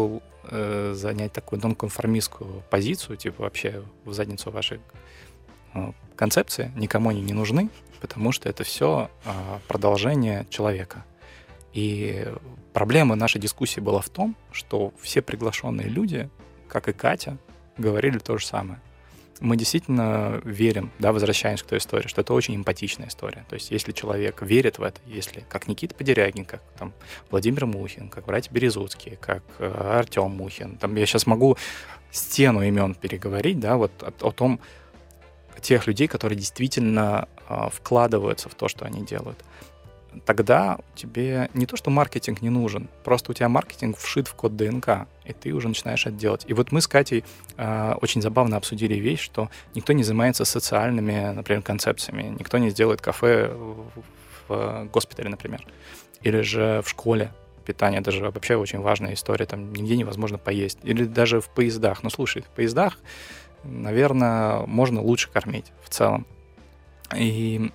занять такую нонконформистскую позицию, типа вообще в задницу вашей концепции, никому они не нужны, потому что это все продолжение человека. И проблема нашей дискуссии была в том, что все приглашенные люди, как и Катя, говорили то же самое. Мы действительно верим, да, возвращаемся к той истории, что это очень эмпатичная история. То есть если человек верит в это, если как Никита Подерягин, как там Владимир Мухин, как братья Березуцкие, как Артем Мухин, там я сейчас могу стену имен переговорить, да, вот о том, тех людей, которые действительно вкладываются в то, что они делают. Тогда тебе не то, что маркетинг не нужен, просто у тебя маркетинг вшит в код ДНК, и ты уже начинаешь это делать. И вот мы с Катей очень забавно обсудили вещь, что никто не занимается социальными, например, концепциями, никто не сделает кафе в госпитале, например, или же в школе. Питание даже вообще очень важная история, там нигде невозможно поесть. Или даже в поездах. Ну, слушай, в поездах, наверное, можно лучше кормить в целом. И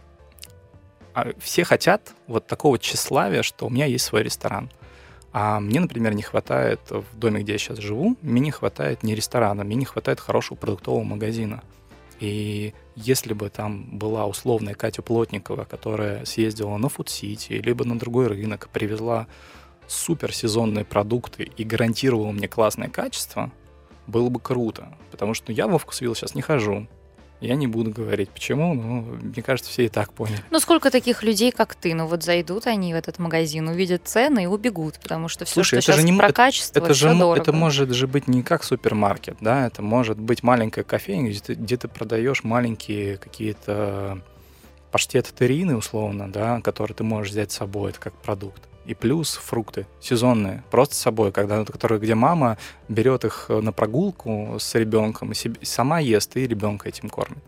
все хотят вот такого тщеславия, что у меня есть свой ресторан. А мне, например, не хватает в доме, где я сейчас живу, мне не хватает не ресторана, мне не хватает хорошего продуктового магазина. И если бы там была условная Катя Плотникова, которая съездила на Фудсити, либо на другой рынок, привезла суперсезонные продукты и гарантировала мне классное качество, было бы круто. Потому что я во Вкусвилл сейчас не хожу. Я не буду говорить, почему, но мне кажется, все и так поняли. Ну, сколько таких людей, как ты? Ну, вот зайдут они в этот магазин, увидят цены и убегут, потому что все, что сейчас про качество, все дорого. Это может же быть не как супермаркет, да, это может быть маленькая кофейня, где ты продаешь маленькие какие-то паштеты-террины, условно, да, которые ты можешь взять с собой, это как продукт. И плюс фрукты сезонные, просто с собой, где мама берет их на прогулку с ребенком и сама ест, и ребенка этим кормит.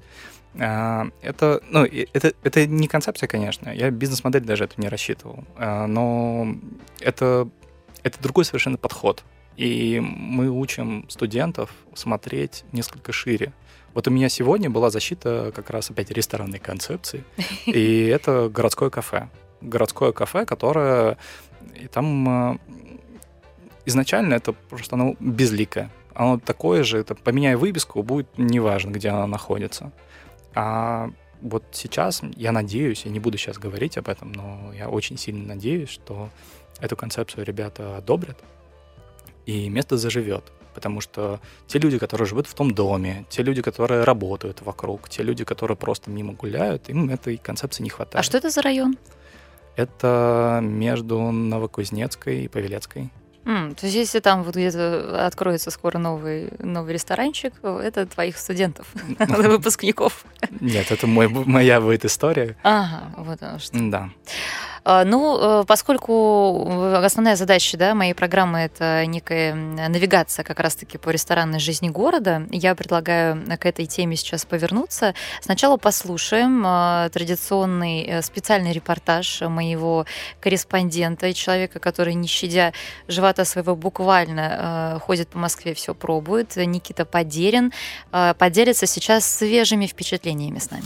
Это не концепция, конечно, я бизнес-модель даже эту не рассчитывал, но это другой совершенно подход. И мы учим студентов смотреть несколько шире. Вот у меня сегодня была защита как раз опять ресторанной концепции, и это городское кафе. Городское кафе, которое и там изначально это просто оно безликое. Оно такое же, это поменяя вывеску, будет неважно, где она находится. А вот сейчас я надеюсь, я не буду сейчас говорить об этом, но я очень сильно надеюсь, что эту концепцию ребята одобрят, и место заживет. Потому что те люди, которые живут в том доме, те люди, которые работают вокруг, те люди, которые просто мимо гуляют, им этой концепции не хватает. А что это за район? Это между Новокузнецкой и Павелецкой. То есть если там вот где-то откроется скоро новый ресторанчик, это твоих студентов, выпускников? Нет, это моя будет история. Ага, вот оно что. Да. Ну, поскольку основная задача, да, моей программы — это некая навигация как раз-таки по ресторанной жизни города, я предлагаю к этой теме сейчас повернуться. Сначала послушаем традиционный специальный репортаж моего корреспондента и человека, который, не щадя живота своего, буквально ходит по Москве, все пробует. Никита Подерин поделится сейчас свежими впечатлениями с нами.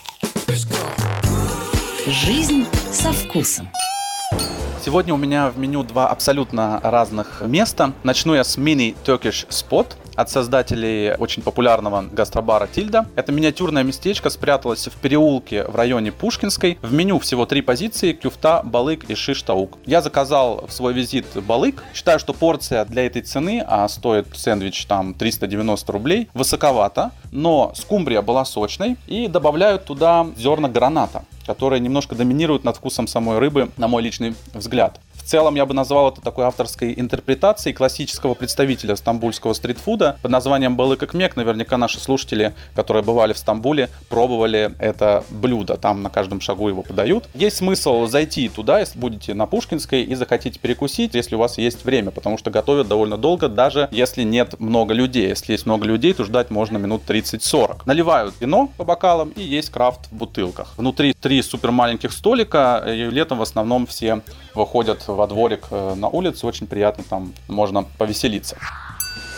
Жизнь со вкусом. Сегодня у меня в меню два абсолютно разных места. Начну я с Mini Turkish Spot от создателей очень популярного гастробара Тильда. Это миниатюрное местечко спряталось в переулке в районе Пушкинской. В меню всего 3 позиции: кюфта, балык и шиш-таук. Я заказал в свой визит балык. Считаю, что порция для этой цены, а стоит сэндвич там 390 рублей, высоковато. Но скумбрия была сочной, и добавляют туда зерна граната, которые немножко доминируют над вкусом самой рыбы, на мой личный взгляд. В целом я бы назвал это такой авторской интерпретацией классического представителя стамбульского стритфуда под названием балык экмек. Наверняка наши слушатели, которые бывали в Стамбуле, пробовали это блюдо. Там на каждом шагу его подают. Есть смысл зайти туда, если будете на Пушкинской и захотите перекусить, если у вас есть время, потому что готовят довольно долго, даже если нет много людей. Если есть много людей, то ждать можно минут 30-40. Наливают вино по бокалам и есть крафт в бутылках. Внутри 3 супер маленьких столика, и летом в основном все выходят во дворик на улицу, очень приятно, там можно повеселиться.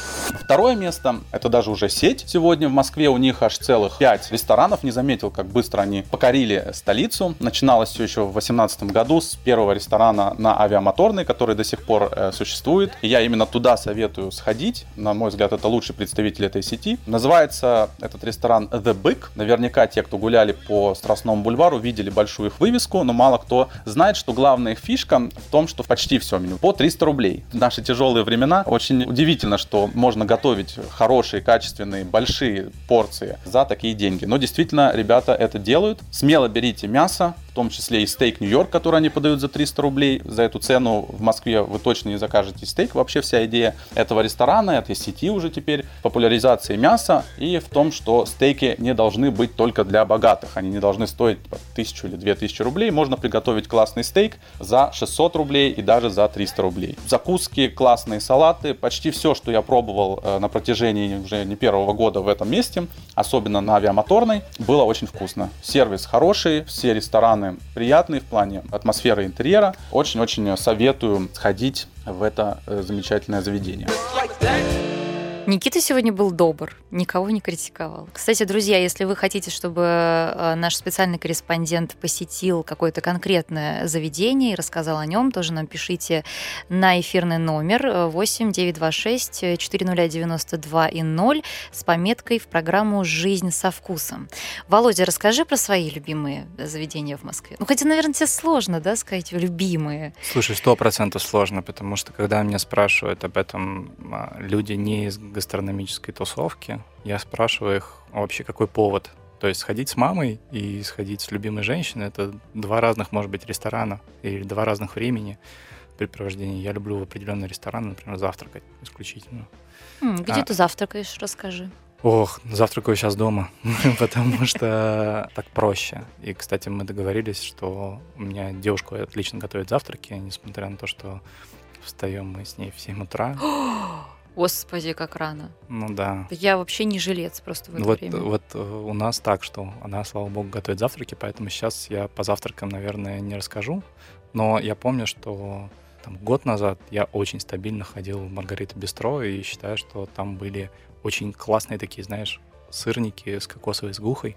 Второе место, это даже уже сеть. Сегодня в Москве у них аж целых 5 ресторанов. Не заметил, как быстро они покорили столицу. Начиналось все еще в 2018 году с первого ресторана на Авиамоторной, который до сих пор существует. И я именно туда советую сходить. На мой взгляд, это лучший представитель этой сети. Называется этот ресторан The Big. Наверняка те, кто гуляли по Страстному бульвару, видели большую их вывеску, но мало кто знает, что главная их фишка в том, что почти все меню по 300 рублей. В наши тяжелые времена очень удивительно, что можно готовить хорошие, качественные, большие порции за такие деньги. Но действительно, ребята это делают. Смело берите мясо, в том числе и стейк Нью-Йорк, который они подают за 300 рублей. За эту цену в Москве вы точно не закажете стейк. Вообще вся идея этого ресторана, этой сети уже теперь, популяризации мяса и в том, что стейки не должны быть только для богатых. Они не должны стоить 1000 или 2000 рублей. Можно приготовить классный стейк за 600 рублей и даже за 300 рублей. Закуски, классные салаты. Почти все, что я пробовал на протяжении уже не первого года в этом месте, особенно на Авиамоторной, было очень вкусно. Сервис хороший, все рестораны приятные в плане атмосферы интерьера. Очень-очень советую сходить в это замечательное заведение. Никита сегодня был добр, никого не критиковал. Кстати, друзья, если вы хотите, чтобы наш специальный корреспондент посетил какое-то конкретное заведение и рассказал о нем, тоже нам пишите на эфирный номер 8 926 400 92 0 с пометкой в программу «Жизнь со вкусом». Володя, расскажи про свои любимые заведения в Москве. Ну, хотя, наверное, тебе сложно, да, сказать любимые. Слушай, 100% сложно, потому что когда меня спрашивают об этом люди не из гастрономической тусовки, я спрашиваю их вообще какой повод. То есть сходить с мамой и сходить с любимой женщиной — это два разных, может быть, ресторана или два разных времени препровождения. Я люблю в определенный ресторан, например, завтракать исключительно. Где ты завтракаешь, расскажи. Ох, завтракаю сейчас дома, потому что так проще. И, кстати, мы договорились, что у меня девушка отлично готовит завтраки, несмотря на то, что встаем мы с ней в 7 утра. Господи, как рано. Ну да. Я вообще не жилец просто в это время. Вот у нас так, что она, слава богу, готовит завтраки, поэтому сейчас я по завтракам, наверное, не расскажу. Но я помню, что год назад я очень стабильно ходил в Маргарита Бистро и считаю, что там были очень классные такие, знаешь, сырники с кокосовой сгухой.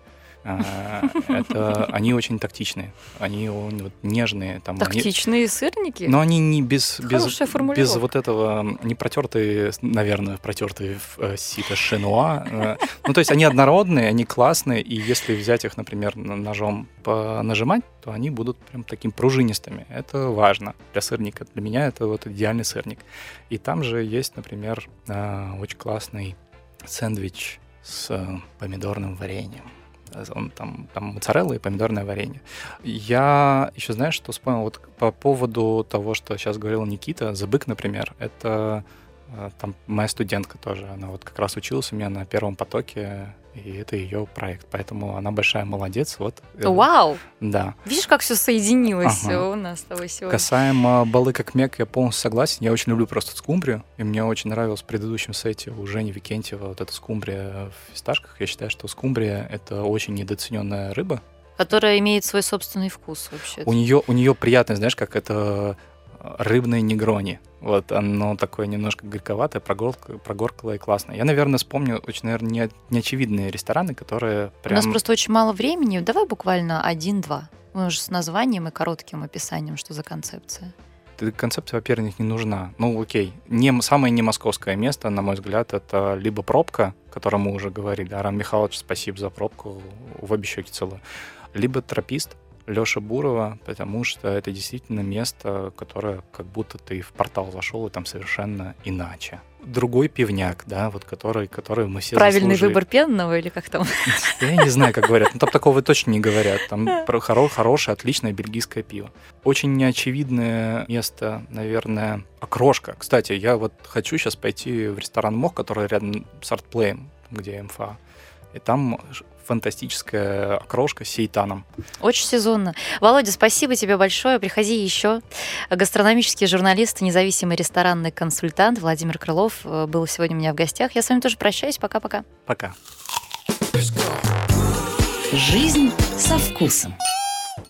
Они очень тактичные, они нежные. Тактичные сырники? Но они не без вот этого, не протертые, наверное, протертые в сито шинуа. Ну, то есть они однородные, они классные, и если взять их, например, ножом понажимать, то они будут прям такими пружинистыми. Это важно для сырника. Для меня это вот идеальный сырник. И там же есть, например, очень классный сэндвич с помидорным вареньем. Там моцарелла и помидорное варенье. Я еще, знаешь, что вспомнил? Вот по поводу того, что сейчас говорил Никита, The Big, например, это там моя студентка тоже. Она вот как раз училась у меня на первом потоке, и это ее проект. Поэтому она большая молодец. Вот. Вау! Да. Видишь, как все соединилось у нас с тобой сегодня. Касаемо балык мек, я полностью согласен. Я очень люблю просто скумбрию, и мне очень нравилось в предыдущем сете у Жени Викентьева вот эта скумбрия в фисташках. Я считаю, что скумбрия — это очень недооцененная рыба. Которая имеет свой собственный вкус вообще. У нее приятный, знаешь, как это рыбное негрони. Вот оно такое немножко горьковатое, прогорклое и классное. Я, наверное, вспомню очень, наверное, неочевидные рестораны, которые прям... У нас просто очень мало времени. Давай буквально 1-2. Мы уже с названием и коротким описанием, что за концепция. Концепция, во-первых, не нужна. Ну, окей. Самое не московское место, на мой взгляд, это либо пробка, о котором мы уже говорили. Арам Михайлович, спасибо за пробку, в обе щеки целую. Либо тропист Лёша Бурова, потому что это действительно место, которое как будто ты в портал зашел, и там совершенно иначе. Другой пивняк, да, вот который мы все Правильный заслужили. Выбор пенного или как там? Я не знаю, как говорят, но там такого точно не говорят. Там хорошее, отличное бельгийское пиво. Очень неочевидное место, наверное, окрошка. Кстати, я вот хочу сейчас пойти в ресторан МОХ, который рядом с Артплеем, где МФА. И там фантастическая окрошка с сейтаном. Очень сезонно. Володя, спасибо тебе большое. Приходи еще. Гастрономический журналист, независимый ресторанный консультант Владимир Крылов был сегодня у меня в гостях. Я с вами тоже прощаюсь. Пока-пока. Пока. Жизнь со вкусом.